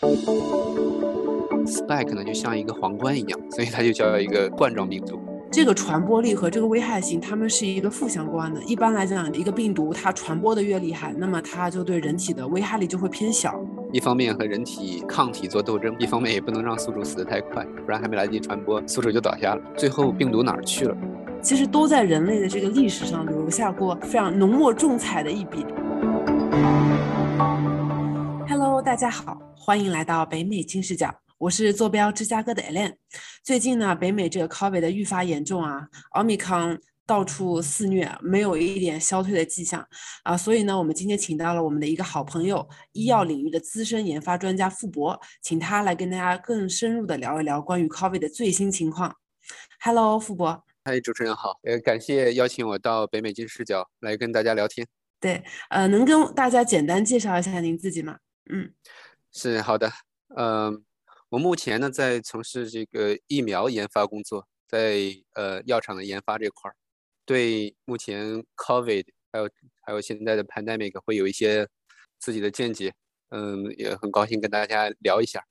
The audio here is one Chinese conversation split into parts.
Spike 呢就像一个皇冠一样，所以它就叫一个冠状病毒。 这个传播力和这个危害性，它们是一个负相关的。一般来讲，一个病毒它传播的越厉害，那么它就对人体的危害力就会偏小。 一方面和人体抗体做斗争，一方面也不能让宿主死得太快，不然还没来得及传播，宿主就倒下了。最后病毒哪儿去了？ 其实都在人类的这个历史上留下过非常浓墨重彩的一笔。Hello， 大家好，欢迎来到北美金视角。我是坐标芝加哥的 Ellen。最近呢，北美这个 COVID 的愈发严重啊，奥密克戎到处肆虐，没有一点消退的迹象啊，所以呢，我们今天请到了我们的一个好朋友，医药领域的资深研发专家傅博，请他来跟大家更深入的聊一聊关于 COVID 的最新情况。Hello， 傅博。 嗨，主持人好，感谢邀请我到北美金视角来跟大家聊天。 对，能跟大家简单介绍一下您自己吗？ 是好的，我目前呢在从事这个疫苗研发工作，在药厂的研发这块儿，对目前 COVID 还有现在的 pandemic 会有一些自己的见解，也很高兴跟大家聊一下。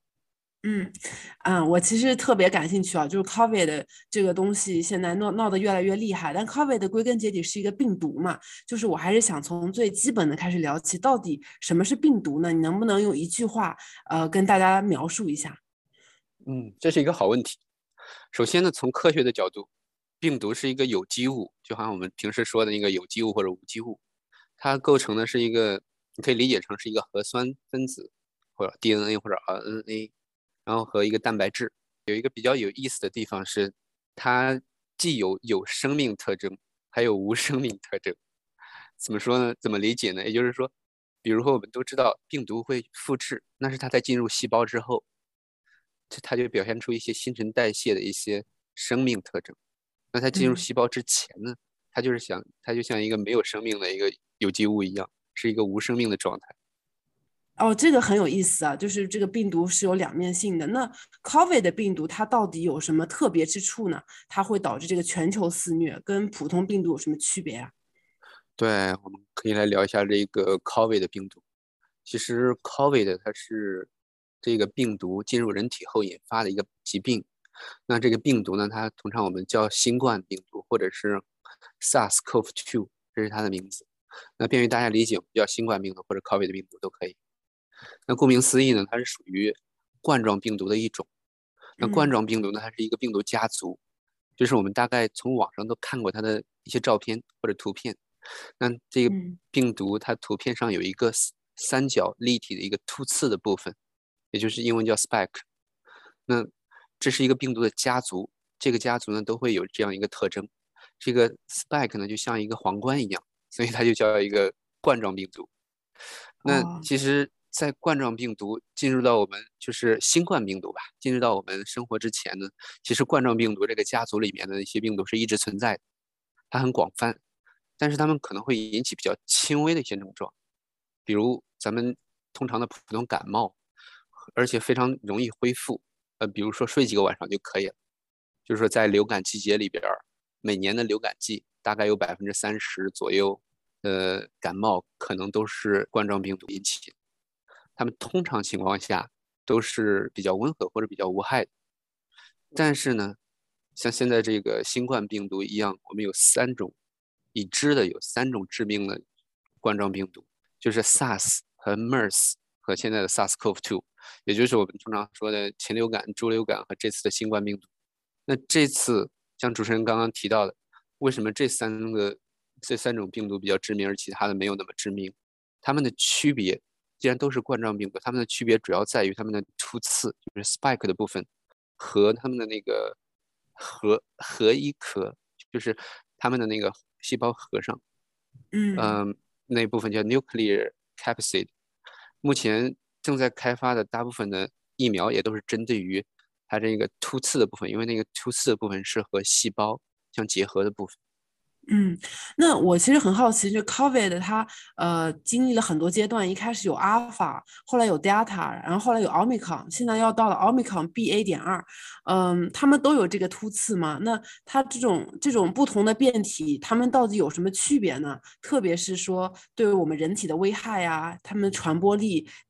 我其实特别感兴趣啊，就是 COVID 的这个东西现在闹得越来越厉害，但 COVID 的归根结底是一个病毒嘛，就是我还是想从最基本的开始聊起，到底什么是病毒呢？你能不能用一句话跟大家描述一下？ 这是一个好问题。首先呢，从科学的角度，病毒是一个有机物，就好像我们平时说的那个有机物或者无机物，它构成的是一个，你可以理解成是一个核酸分子，或者 DNA 或者 RNA，然后和一个蛋白质。有一个比较有意思的地方是，它既有生命特征，还有无生命特征。怎么说呢？怎么理解呢？也就是说，比如说我们都知道病毒会复制，那是它在进入细胞之后，它就表现出一些新陈代谢的一些生命特征。那它进入细胞之前呢，它就像一个没有生命的一个有机物一样，是一个无生命的状态。 哦，这个很有意思啊，就是这个病毒是有两面性的。那 COVID 的病毒它到底有什么特别之处呢？它会导致这个全球肆虐，跟普通病毒有什么区别啊？ 对，我们可以来聊一下这个 COVID 的病毒。其实 COVID 它是这个病毒进入人体后引发的一个疾病。那这个病毒呢，它通常我们叫新冠病毒，或者是 SARS-CoV-2，这是它的名字。那便于大家理解，我们叫新冠病毒或者 COVID 的病毒都可以。那顾名思义呢，它是属于冠状病毒的一种。那冠状病毒呢，它是一个病毒家族，就是我们大概从网上都看过它的一些照片或者图片。那这个病毒它图片上有一个三角立体的一个突刺的部分，也就是英文叫 spike。那这是一个病毒的家族，这个家族呢都会有这样一个特征。这个 spike 呢就像一个皇冠一样，所以它就叫一个冠状病毒。那其实，在冠状病毒进入到我们就是新冠病毒吧，进入到我们生活之前呢，其实冠状病毒这个家族里面的一些病毒是一直存在的，它很广泛，但是它们可能会引起比较轻微的一些症状，比如咱们通常的普通感冒，而且非常容易恢复，比如说睡几个晚上就可以了。就是说在流感季节里边，每年的流感季大概有30%左右感冒可能都是冠状病毒引起的。它们通常情况下都是比较温和或者比较无害的。但是呢，像现在这个新冠病毒一样，我们有已知的有三种致命的冠状病毒，就是 SARS 和 MERS 和现在的 SARS-CoV-2，也就是我们通常说的禽流感、猪流感和这次的新冠病毒。那这次像主持人刚刚提到的，为什么这三种病毒比较致命，而其他的没有那么致命？它们的区别既然都是冠状病毒，它们的区别主要在于它们的突刺，就是 spike 的部分和它们的那个核衣壳，就是它们的那个细胞核上，那部分叫 nuclear capsid。目前正在开发的大部分的疫苗也都是针对于它这个突刺的部分，因为那个突刺的部分是和细胞相结合的部分。 那我其实很好奇，就 COVID 它经历了很多阶段，一开始有阿尔法，后来有 Delta，然后后来有 Omicron，现在要到了 Omicron BA.2，它们都有这个突刺吗？那它这种不同的变体，它们到底有什么区别呢？特别是说对我们人体的危害啊，它们传播力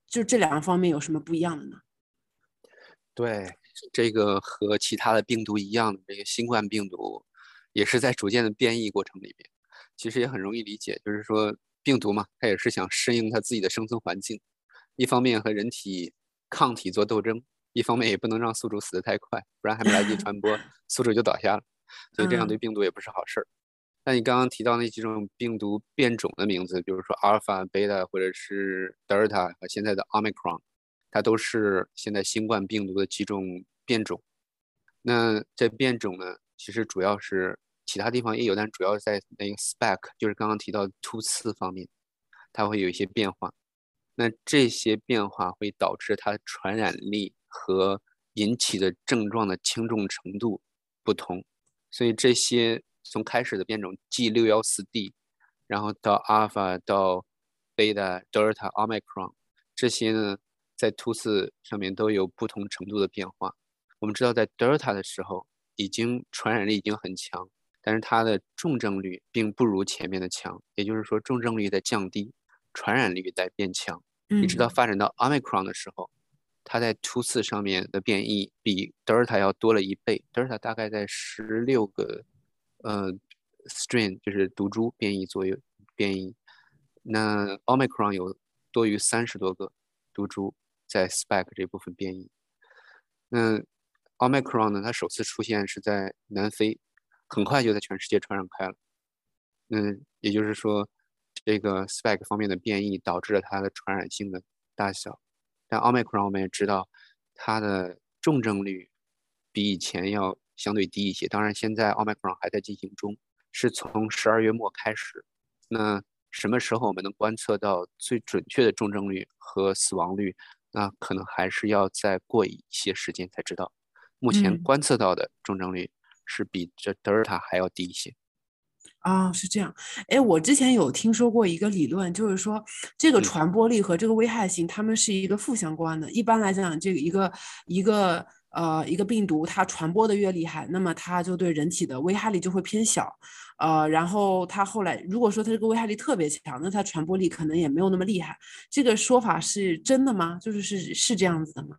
就这两方面有什么不一样的呢？ 对，这个和其他的病毒一样，这个新冠病毒也是在逐渐的变异过程里边。其实也很容易理解，就是说病毒嘛，它也是想适应它自己的生存环境，一方面和人体抗体做斗争，一方面也不能让宿主死得太快，不然还没来得及传播，宿主就倒下了。所以这样对嗯病毒也不是好事儿。那你刚刚提到那几种病毒变种的名字，比如说阿尔法、贝塔或者是德尔塔和现在的奥密克戎，它都是现在新冠病毒的几种变种。那这变种呢，其实主要是其他地方也有，但主要在那个 spec，就是刚刚提到的突刺方面，它会有一些变化。那这些变化会导致它的传染力和引起的症状的轻重程度不同。所以这些从开始的变种 G614D，然后到阿尔法到贝塔、德尔塔、奥密克戎，这些呢在突刺上面都有不同程度的变化。我们知道，在德尔塔的时候，传染力已经很强，但是它的重症率并不如前面的强，也就是说重症率在降低，传染率在变强。一直到嗯发展到 Omicron 的时候，它在突刺上面的变异比德尔塔要多了1倍，德尔塔大概在16个呃 strain 就是毒株变异左右变异，那 Omicron 有多于30多个毒株在 spike 这部分变异。那 Omicron 呢，它首次出现是在南非，很快就在全世界传染开了。也就是说，这个 spike 方面的变异导致了它的传染性的大小。但 Omicron 我们也知道，它的重症率比以前要相对低一些。当然，现在 Omicron 还在进行中，是从12月末开始。那什么时候我们能观测到最准确的重症率和死亡率？那可能还是要再过一些时间才知道。目前嗯。 观测到的重症率是比这德尔塔还要低一些。 啊，是这样。哎，我之前有听说过一个理论，就是说这个嗯。 传播力和这个危害性，它们是一个负相关的。一般来讲，这个一个病毒，它传播的越厉害，那么它就对人体的危害力就会偏小。然后它后来如果说它这个危害力特别强，那它传播力可能也没有那么厉害。这个说法是真的吗？就是这样子的吗？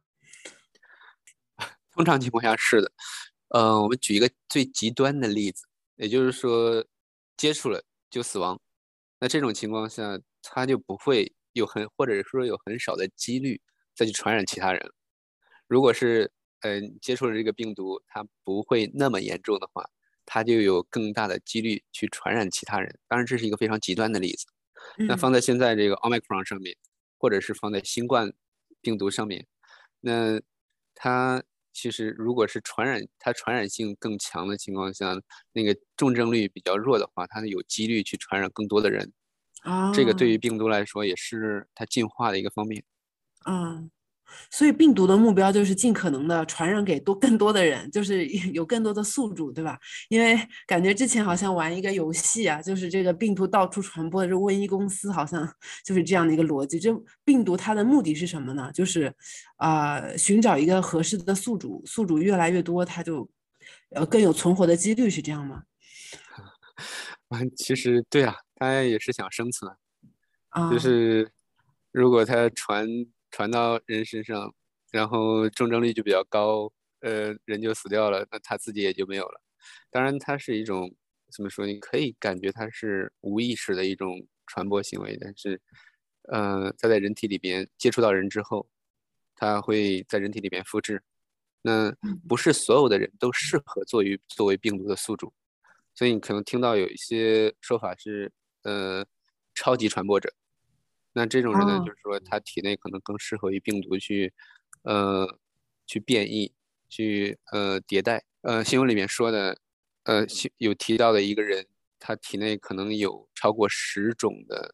通常情况下是的。我们举一个最极端的例子，也就是说，接触了就死亡。那这种情况下，它就不会或者说有很少的几率再去传染其他人。如果是接触了这个病毒，它不会那么严重的话，它就有更大的几率去传染其他人。当然，这是一个非常极端的例子。那放嗯。 在现在这个 Omicron 上面，或者是放在新冠病毒上面，那它其实如果是它传染性更强的情况下，那个重症率比较弱的话，它有几率去传染更多的人。这个对啊。 于病毒来说也是它进化的一个方面。 嗯。所以病毒的目标就是尽可能的传染给更多的人，就是有更多的宿主，对吧？因为感觉之前好像玩一个游戏啊，就是这个病毒到处传播的这瘟疫公司，好像就是这样的一个逻辑。这病毒它的目的是什么呢？就是寻找一个合适的宿主，宿主越来越多，它就更有存活的几率，是这样吗？ 其实对啊，它也是想生存。就啊。 是如果它传到人身上，然后重症率就比较高，人就死掉了，那他自己也就没有了。当然，它是一种怎么说？你可以感觉它是无意识的一种传播行为，但是，它在人体里边接触到人之后，它会在人体里边复制。那不是所有的人都适合作为病毒的宿主，所以你可能听到有一些说法是，超级传播者。那这种人呢，就哦。 是说他体内可能更适合于病毒呃，去变异，去迭代。新闻里面说的，有提到的一个人，他体内可能有超过10种的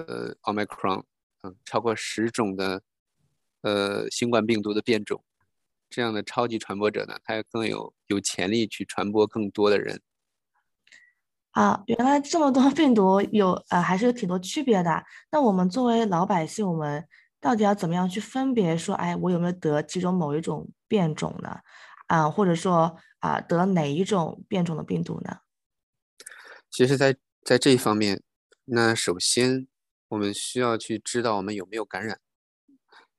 Omicron，超过10种的新冠病毒的变种。这样的超级传播者呢，他更有潜力去传播更多的人。 啊，原来这么多病毒还是有挺多区别的。那我们作为老百姓，我们到底要怎么样去分别说，哎，我有没有得其中某一种变种呢？或者说得哪一种变种的病毒呢？ 其实在这一方面，那首先我们需要去知道我们有没有感染。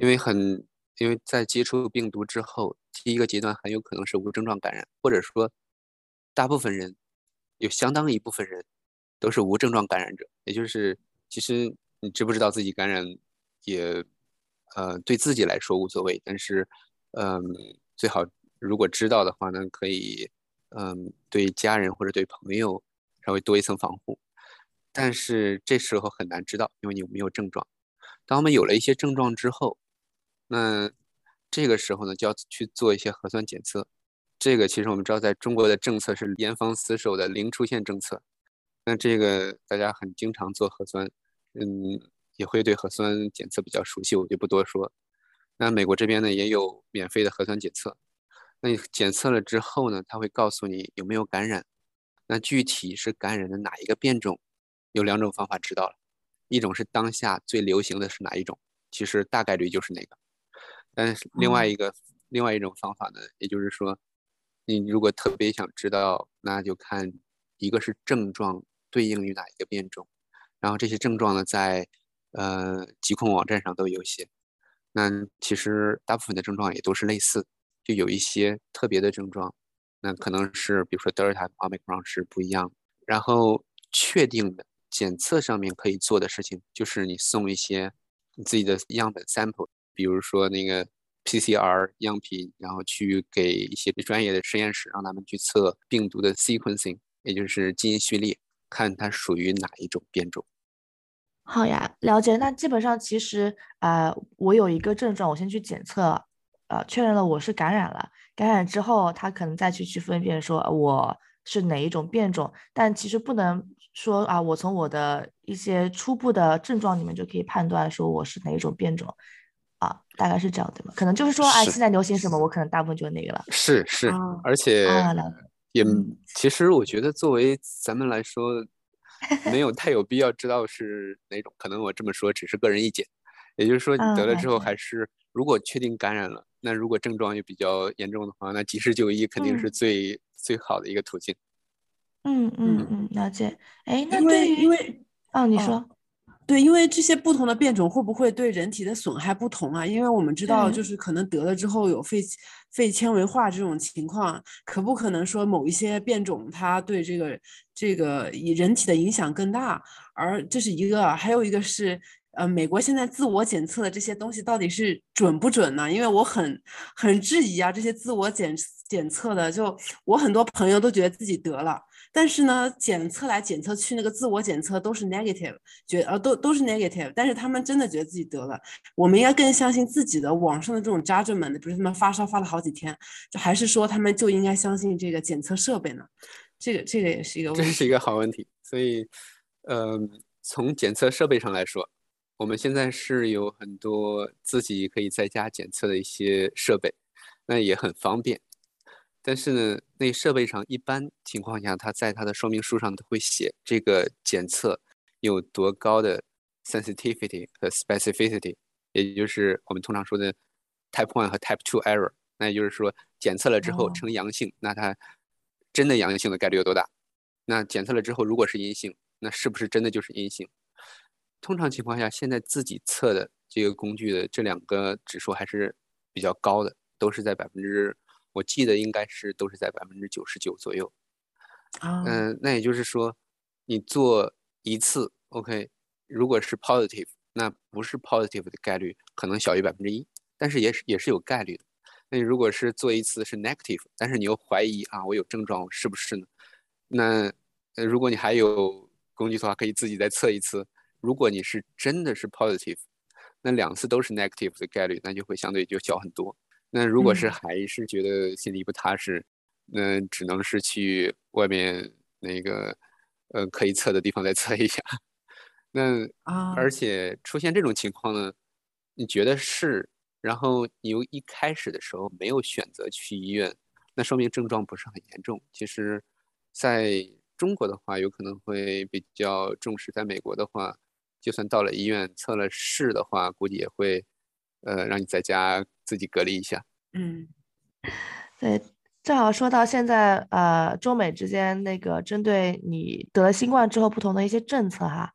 因为很因为在接触病毒之后，第一个阶段很有可能是无症状感染，或者说大部分人有相当一部分人都是无症状感染者，也就是其实你知不知道自己感染也对自己来说无所谓，但是嗯最好如果知道的话呢，可以对家人或者对朋友稍微多一层防护，但是这时候很难知道，因为你没有症状。当我们有了一些症状之后，那这个时候呢，就要去做一些核酸检测。这个其实我们知道，在中国的政策是严防死守的零出现政策。那这个大家很经常做核酸，也会对核酸检测比较熟悉，我就不多说。那美国这边呢，也有免费的核酸检测。那你检测了之后呢，它会告诉你有没有感染。那具体是感染的哪一个变种，有两种方法知道了。一种是当下最流行的是哪一种，其实大概率就是那个。但是另外一种方法呢，也就是说，你如果特别想知道，那就看一个是症状对应于哪一个变种，然后这些症状呢，在疾控网站上都有写。那其实大部分的症状也都是类似，就有一些特别的症状，那可能是比如说德尔塔和奥密克戎是不一样的。然后确定的检测上面可以做的事情，就是你送一些你自己的样本 sample，比如说那个 PCR 样品，然后去给一些专业的实验室，让他们去测病毒的 sequencing，也就是基因序列，看它属于哪一种变种。 好呀，了解。那基本上其实我有一个症状，我先去检测，确认了我是感染了，感染之后，他可能再去分辨说我是哪一种变种，但其实不能说我从我的一些初步的症状里面就可以判断说我是哪一种变种大概是这样对吗？可能就是说， 是现在流行什么，我可能大部分就是那个了。 是， 啊而且了解。 也嗯其实我觉得作为咱们来说，没有太有必要知道是哪种。可能我这么说只是个人意见，也就是说你得了之后， 了解。 还是如果确定感染了，那如果症状又比较严重的话，那及时就医肯定是嗯最好的一个途径。 嗯， 了解。哎，那因为对于因为你哦， 说。 对，因为这些不同的变种会不会对人体的损害不同啊？因为我们知道，就对。 是可能得了之后有肺纤维化这种情况，可不可能说某一些变种它对这个人体的影响更大？而这是一个，还有一个是，美国现在自我检测的这些东西到底是准不准呢？因为我很质疑啊，这些自我检测的，就我很多朋友都觉得自己得了。但是呢，检测来检测去，那个自我检测都是 negative，都是 negative，但是他们真的觉得自己得了。我们应该更相信自己的网上的这种 judgment，比如他们发烧发了好几天，就还是说他们就应该相信这个检测设备呢？这个也是一个这是一个问题。 好问题。所以，从检测设备上来说，我们现在是有很多自己可以在家检测的一些设备，那也很方便。但是呢，那设备上一般情况下，它在它的说明书上都会写这个检测有多高的 sensitivity 和 specificity，也就是我们通常说的 type 1和 type 2 error。那也就是说，检测了之后哦， 呈阳性，那它真的阳性的概率有多大？那检测了之后如果是阴性，那是不是真的就是阴性？通常情况下，现在自己测的这个工具的这两个指数还是比较高的，都是在我记得应该是都是在99%左右。 啊， 那也就是说，你做一次，OK，如果是 positive，那不是 positive 的概率可能小于1%，但是也是有概率的。那你如果是做一次是 negative，但是你又怀疑我有症状，是不是呢？那如果你还有工具的话，可以自己再测一次。如果你是真的是 positive，那两次都是 negative 的概率，那就会相对就小很多。那如果是嗯还是觉得心里不踏实，那只能是去外面那个可以测的地方再测一下。那而啊。 且出现这种情况呢，你觉得是，然后你又一开始的时候没有选择去医院，那说明症状不是很严重。其实，在中国的话，有可能会比较重视；在美国的话，就算到了医院测了是的话，估计也会让你在家自己隔离一下。 嗯对，正好说到现在，中美之间那个针对你得了新冠之后不同的一些政策哈，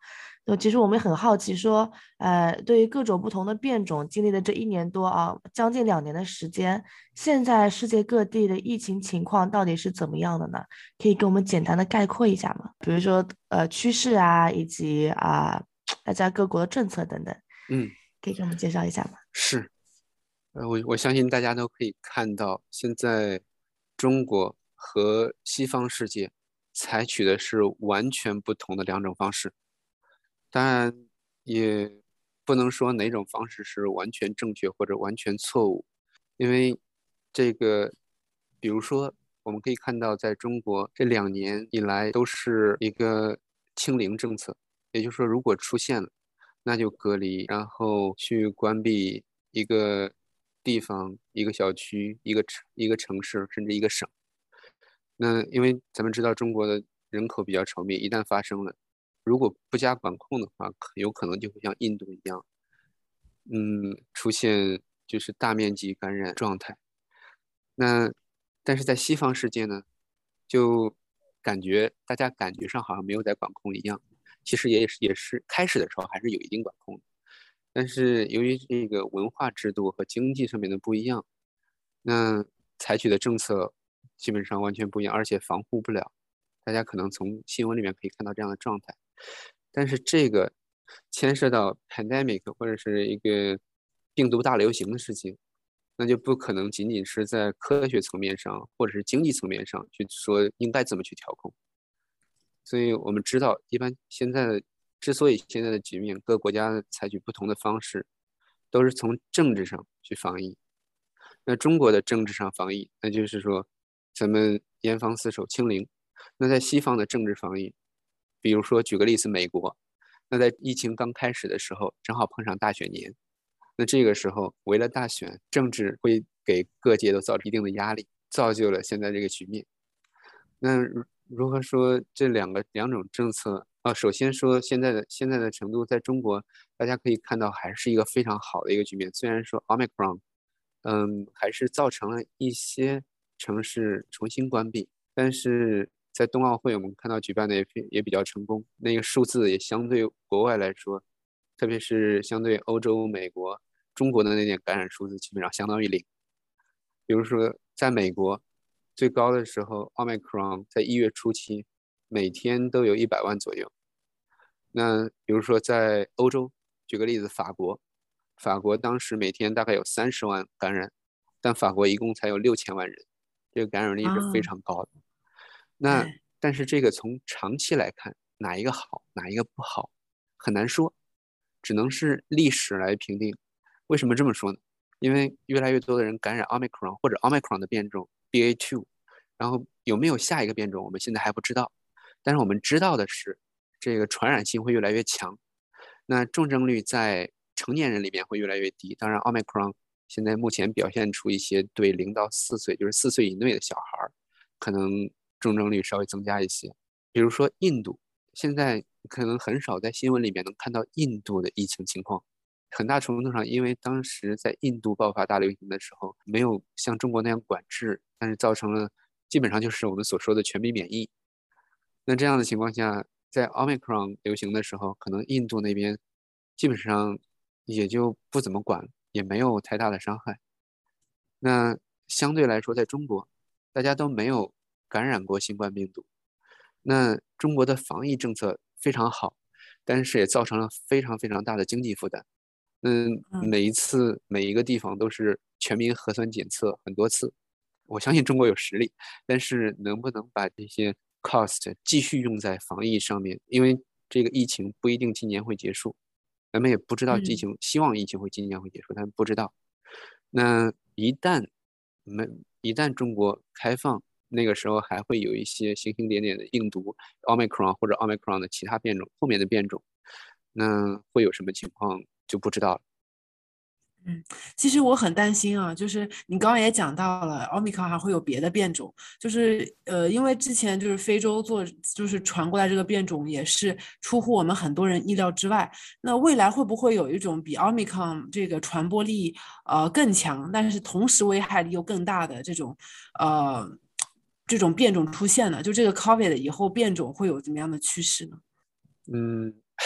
其实我们也很好奇说，对于各种不同的变种，经历了这1年多啊，将近2年的时间，现在世界各地的疫情情况到底是怎么样的呢？可以给我们简单的概括一下吗？比如说趋势啊，以及大家各国的政策等等， 嗯， 可以给我们介绍一下吗？ 是。我相信大家都可以看到，现在中国和西方世界采取的是完全不同的两种方式。当然，也不能说哪种方式是完全正确或者完全错误，因为这个，比如说，我们可以看到，在中国这2年以来都是一个清零政策，也就是说，如果出现了，那就隔离，然后去关闭一个地方、一个小区、一个城市，甚至一个省。那因为咱们知道中国的人口比较稠密，一旦发生了，如果不加管控的话，有可能就会像印度一样，出现就是大面积感染状态。那但是在西方世界呢，就大家感觉上好像没有在管控一样，其实也是开始的时候还是有一定管控的，但是由于这个文化制度和经济上面的不一样，那采取的政策基本上完全不一样，而且防护不了。大家可能从新闻里面可以看到这样的状态，但是这个牵涉到 pandemic 或者是一个病毒大流行的事情，那就不可能仅仅是在科学层面上或者是经济层面上去说应该怎么去调控。所以我们知道，一般之所以现在的局面，各国家采取不同的方式，都是从政治上去防疫。那中国的政治上防疫，那就是说，咱们严防死守清零。那在西方的政治防疫，比如说举个例子，美国，那在疫情刚开始的时候，正好碰上大选年，那这个时候为了大选，政治会给各界都造成一定的压力，造就了现在这个局面。那如何说这两种政策啊？首先说现在的程度，在中国大家可以看到还是一个非常好的一个局面。虽然说 Omicron，还是造成了一些城市重新关闭，但是在冬奥会我们看到举办的也比较成功，那个数字也相对国外来说，特别是相对欧洲、美国、中国的那点感染数字基本上相当于零。比如说在美国，最高的时候，Omicron 在1月初期，每天都有100万左右。那比如说在欧洲，举个例子，法国当时每天大概有30万感染，但法国一共才有6000万人，这个感染力是非啊， 常高的。那哎， 但是这个从长期来看，哪一个好，哪一个不好，很难说，只能是历史来评定。为什么这么说呢？因为越来越多的人感染 Omicron 或者 Omicron 的变种 BA.2，然后有没有下一个变种，我们现在还不知道。但是我们知道的是，这个传染性会越来越强，那重症率在成年人里面会越来越低。当然，Omicron 现在目前表现出一些对0到4岁，就是4岁以内的小孩可能重症率稍微增加一些。比如说印度，现在可能很少在新闻里面能看到印度的疫情情况，很大程度上因为当时在印度爆发大流行的时候，没有像中国那样管制，但是造成了基本上就是我们所说的全民免疫。那这样的情况下，在 Omicron 流行的时候，可能印度那边基本上也就不怎么管，也没有太大的伤害。那相对来说，在中国，大家都没有感染过新冠病毒，那中国的防疫政策非常好，但是也造成了非常非常大的经济负担。 嗯。 每一次每一个地方都是全民核酸检测很多次，我相信中国有实力，但是能不能把这些 cost 继续用在防疫上面？因为这个疫情不一定今年会结束，咱们也不知道疫嗯。 情，希望疫情会今年会结束，但不知道。那没一旦中国开放，那个时候还会有一些星星点点的病毒，Omicron 或者 Omicron 的其他变种，后面的变种，那会有什么情况就不知道了。 嗯，其实我很担心啊，就是你刚刚也讲到了，奥密克戎还会有别的变种，就是因为之前就是非洲就是传过来这个变种也是出乎我们很多人意料之外。那未来会不会有一种比奥密克戎这个传播力更强，但是同时危害力又更大的呃这种变种出现呢？就这个 COVID 以后变种会有怎么样的趋势呢？ 嗯，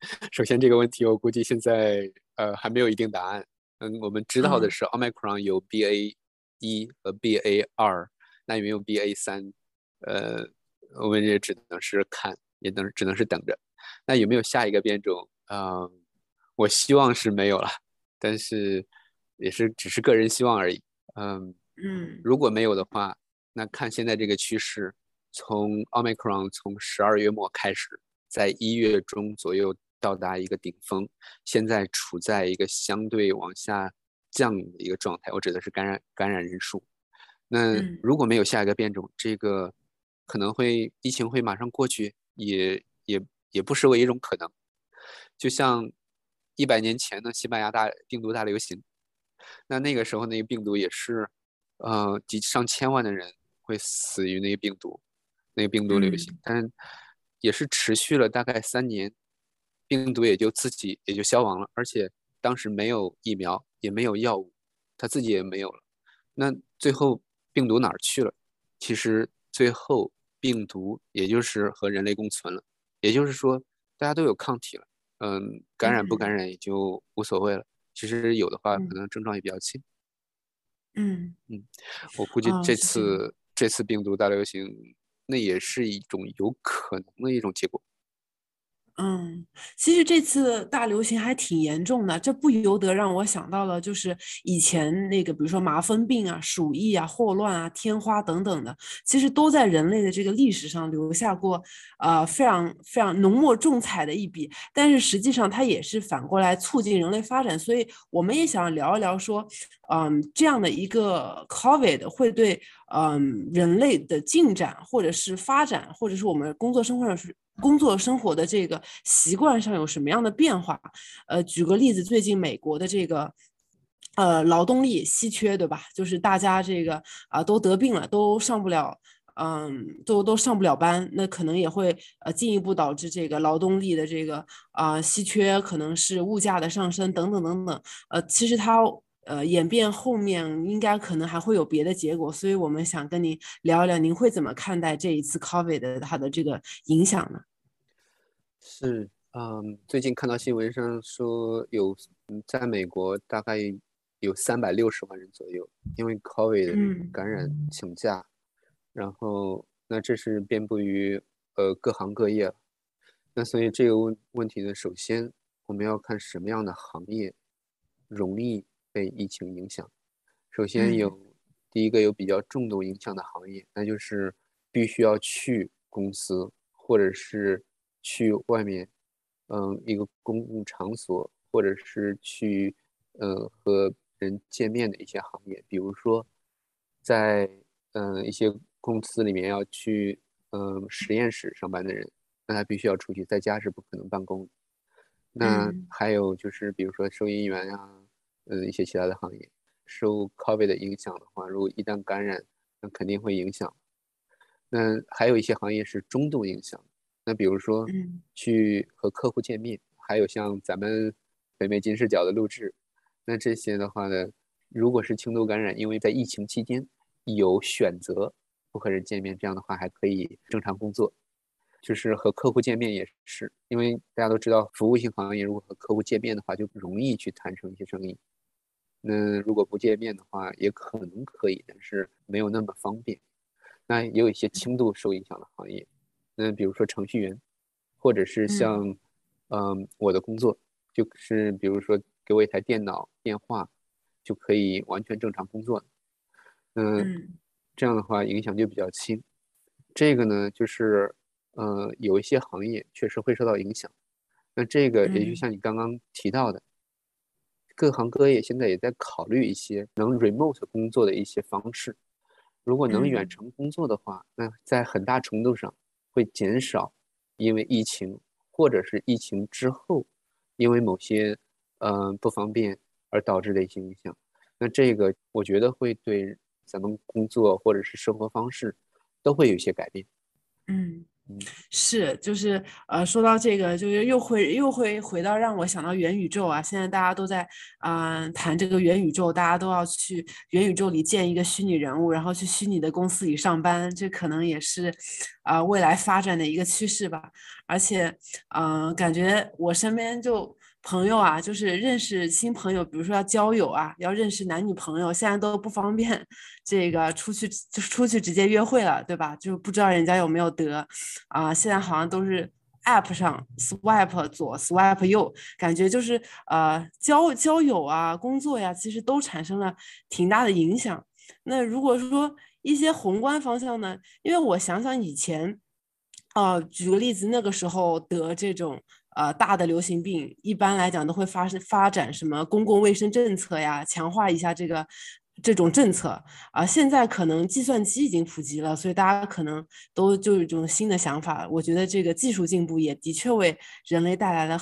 首先这个问题我估计现在还没有一定答案。我们知道的嗯是 Omicron 有 BA1和 BA2，那有没有 BA3？我们也只能是看，只能是等着。那有没有下一个变种？我希望是没有了，但是也是只是个人希望而已。 嗯如果没有的话，那看现在这个趋势，从 Omicron 从12月末开始，在1月中左右到达一个顶峰，现在处在一个相对往下降的一个状态。我指的是感染人数。那嗯如果没有下一个变种，这个可能疫情会马上过去，也不失为一种可能。就像100年前的西班牙病毒大流行，那个时候那个病毒也是，上千万的人会死于那个病毒流行， 嗯但也是持续了大概3年，病毒也就自己也就消亡了，而且当时没有疫苗，也没有药物，它自己也没有了。那最后病毒哪儿去了？其实最后病毒也就是和人类共存了，也就是说大家都有抗体了。感染不感嗯染也就无所谓了。其实有的话，可嗯能症状也比较轻。 嗯， 嗯，我估计这是这样。 次这次病毒大流行，那也是一种有可能的一种结果。 嗯，其实这次大流行还挺严重的，这不由得让我想到了，就是以前那个，比如说麻风病啊、鼠疫啊、霍乱啊、天花等等的，其实都在人类的这个历史上留下过非常非常浓墨重彩的一笔。但是实际上，它也是反过来促进人类发展，所以我们也想聊一聊说，这样的一个 COVID 会对人类的进展，或者是发展，或者是我们工作生活的这个习惯上有什么样的变化？举个例子，最近美国的这个劳动力稀缺，对吧？就是大家这个都得病了，都上不了。都上不了班，那可能也会进一步导致这个劳动力的这个稀缺，可能是物价的上升等等等等。其实它演变后面应该可能还会有别的结果，所以我们想跟您聊一聊，您会怎么看待这一次 COVID 的它的这个影响呢？ 是，最近看到新闻上说在美国大概有360万人左右因为 COVID 的这个嗯感染请假，然后那这是遍布于各行各业了。那所以这个问题呢，首先我们要看什么样的行业容易被疫情影响。首先嗯第一个有比较重度影响的行业，那就是必须要去公司或者是去外面，一个公共场所，或者是去和人见面的一些行业，比如说在一些公司里面要去实验室上班的人，那他必须要出去，在家是不可能办公的。那嗯还有就是比如说收银员啊，一些其他的行业，受 COVID 的影响的话，如果一旦感染，那肯定会影响。那还有一些行业是中度影响，那比如说嗯去和客户见面，还有像咱们北美金视角的录制，那这些的话呢，如果是轻度感染，因为在疫情期间有选择不和人见面，这样的话还可以正常工作。就是和客户见面也是，因为大家都知道，服务性行业如果和客户见面的话，就容易去谈成一些生意。那如果不见面的话，也可能可以，但是没有那么方便。那也有一些轻度受影响的行业，那比如说程序员，或者是嗯像，我的工作，就是比如说给我一台电脑、电话，就可以完全正常工作。嗯， 嗯这样的话影响就比较轻。这个呢，就是有一些行业确实会受到影响。那这个也就嗯像你刚刚提到的，各行各业现在也在考虑一些能 remote 工作的一些方式。如果能远嗯程工作的话，那在很大程度上会减少因为疫情或者是疫情之后因为某些不方便而导致的一些影响。那这个我觉得会对咱们工作或者是生活方式都会有一些改变。 嗯。 是，就是说到这个，就是又会回到让我想到元宇宙啊。现在大家都在谈这个元宇宙，大家都要去元宇宙里建一个虚拟人物，然后去虚拟的公司里上班，这可能也是未来发展的一个趋势吧。而且感觉我身边就朋友啊，就是认识新朋友，比如说要交友啊，要认识男女朋友，现在都不方便这个出去直接约会了，对吧？就不知道人家有没有得现在好像都是 App 上 swipe 左 swipe 右，感觉就是交友啊、工作呀，其实都产生了挺大的影响。那如果说一些宏观方向呢，因为我想想以前。举个例子，那个时候得这种大的流行病，一般来讲都会发展什么公共卫生政策呀，强化一下这种政策现在可能计算机已经普及了，所以大家可能都就有一种新的想法。我觉得这个技术进步也的确为人类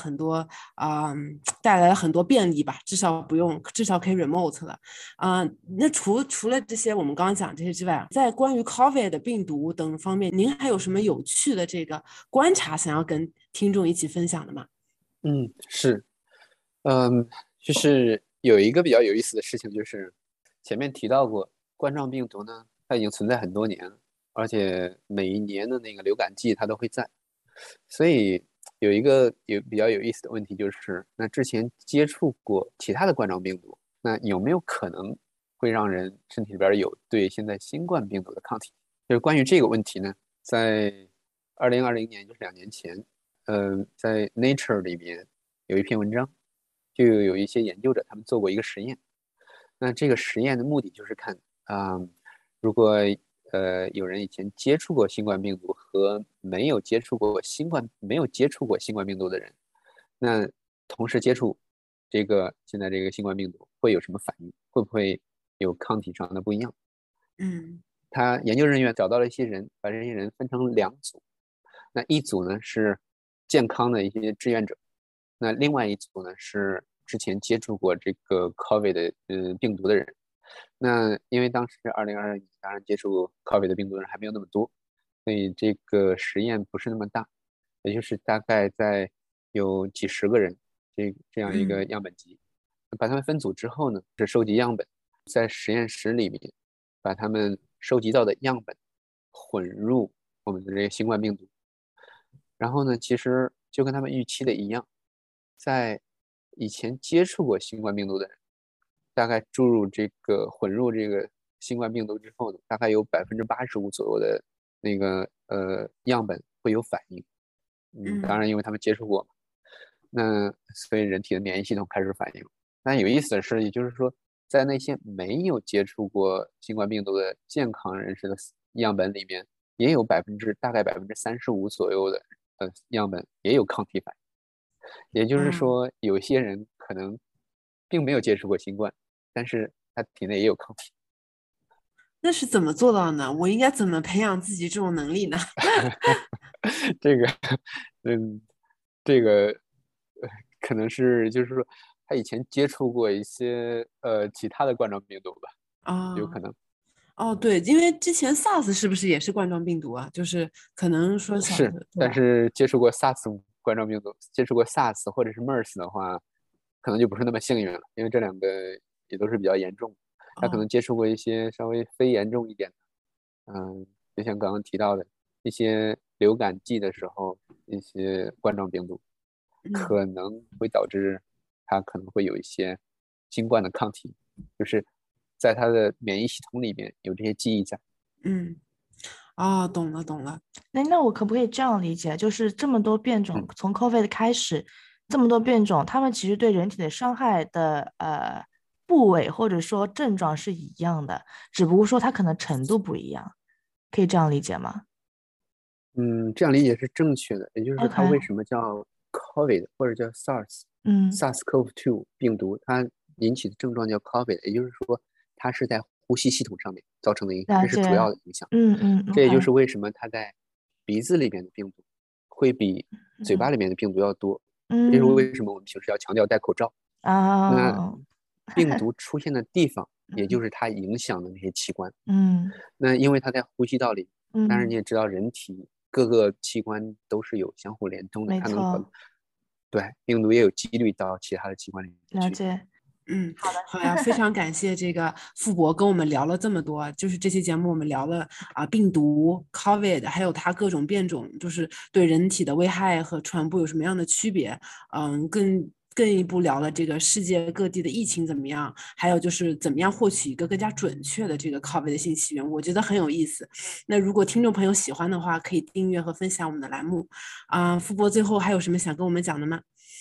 带来了很多便利吧，至少可以 remote 了。那除了这些我们刚刚讲这些之外，在关于 COVID 的病毒等方面，您还有什么有趣的这个观察想要跟听众一起分享的吗？ 是，嗯，就是有一个比较有意思的事情，就是前面提到过，冠状病毒呢，它已经存在很多年了，而且每一年的那个流感季它都会在，所以有一个比较有意思的问题就是，那之前接触过其他的冠状病毒，那有没有可能会让人身体里边有对现在新冠病毒的抗体？就是关于这个问题呢，在2020年，就是2年前，在《Nature》里面有一篇文章，就有一些研究者他们做过一个实验。那这个实验的目的就是看如果有人以前接触过新冠病毒和没有接触过新冠病毒的人，那同时接触现在这个新冠病毒会有什么反应？会不会有抗体上的不一样？ 嗯他研究人员找到了一些人，把这些人分成2组。那一组呢是健康的一些志愿者，那另外一组呢是之前接触过这个 COVID 的病毒的人。那因为当时2022年，当然接触 COVID 的病毒的人还没有那么多，所以这个实验不是那么大，也就是大概在有几十个人这样一个嗯样本集。把他们分组之后呢，是收集样本，在实验室里面把他们收集到的样本混入我们的这个新冠病毒。然后呢，其实就跟他们预期的一样，在以前接触过新冠病毒的人，大概混入这个新冠病毒之后呢，大概有85%左右的那个样本会有反应。当嗯然因为他们接触过嘛，那所以人体的免疫系统开始反应。但有意思的是，也就是说，在那些没有接触过新冠病毒的健康人士的样本里面，也有大概35%左右的样本也有抗体反应。也就是嗯， 说，有些人可能并没有接触过新冠，但是他体内也有抗体。 那是怎么做到呢？我应该怎么培养自己这种能力呢？ 这个，嗯，这个，可能是就是说他以前接触过一些其他的冠状病毒吧，有啊、 可能哦，对，因为之前 SARS 是不是也是冠状病毒啊？就是可能说小是， 的，对吧？ 但是接触过 SARS 冠状病毒，接触过 SARS 或者是 MERS 的话，可能就不是那么幸运了，因为这两个也都是比较严重。他可哦， 能接触过一些稍微非严重一点的，就像刚刚提到的一些流感季的时候，一些冠状病毒嗯可能会导致他可能会有一些新冠的抗体，就是在他的免疫系统里面有这些记忆在。 嗯，哦，懂了懂了， 那我可不可以这样理解，就是这么多变种， 嗯。 从 COVID 开始，这么多变种，它们其实对人体的伤害的部位或者说症状是一样的，只不过说它可能程度不一样，可以这样理解吗这样理解是正确的，也就是说，它为 ？OK， 什么叫 COVID 或者叫 SARS、 嗯 SARS-CoV-2 病毒，它引起的症状叫 COVID，也就是说，它是在呼吸系统上面造成的影响，这是主了解， 要的影响。这也就 OK， 是为什么它在鼻子里面的病毒会比嘴巴嗯里面的病毒要多，这是嗯为什么我们平时要强调戴口罩。那啊， 病毒出现的地方，也就嗯是它影响的那些器官。 嗯那因为它在呼吸道里，当然你嗯也知道，人体各个器官都是有相互联通的， 没它能错， 对，病毒也有几率到其他的器官里面去。 了解。 好呀，非常感谢这个傅博跟我们聊了这么多，就是这期节目我们聊了病毒 COVID，还有它各种变种，就是对人体的危害和传播有什么样的区别，更一步聊了这个世界各地的疫情怎么样，还有就是怎么样获取一个更加准确的这个 COVID 的信息源，我觉得很有意思。那如果听众朋友喜欢的话，可以订阅和分享我们的栏目。傅博最后还有什么想跟我们讲的吗？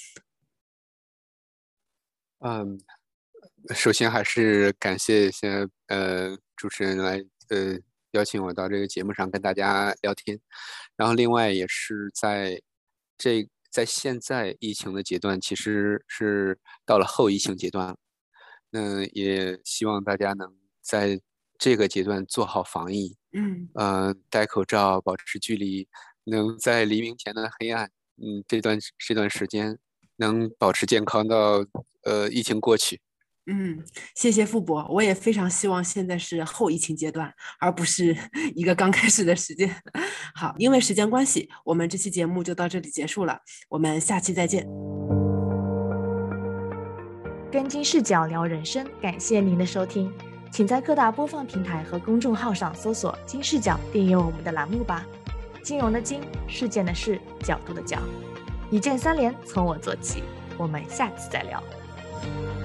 嗯，首先还是感谢一些主持人来邀请我到这个节目上跟大家聊天，然后另外也是在现在疫情的阶段，其实是到了后疫情阶段了，那也希望大家能在这个阶段做好防疫， 嗯。 戴口罩，保持距离，能在黎明前的黑暗，这段时间能保持健康到疫情过去。 谢谢傅博，我也非常希望现在是后疫情阶段，而不是一个刚开始的时间。好，因为时间关系，我们这期节目就到这里结束了，我们下期再见。 跟金视角聊人生，感谢您的收听，请在各大播放平台和公众号上搜索金视角，订阅我们的栏目吧。金融的金，事件的事，角度的角，一键三连，从我做起。我们下次再聊。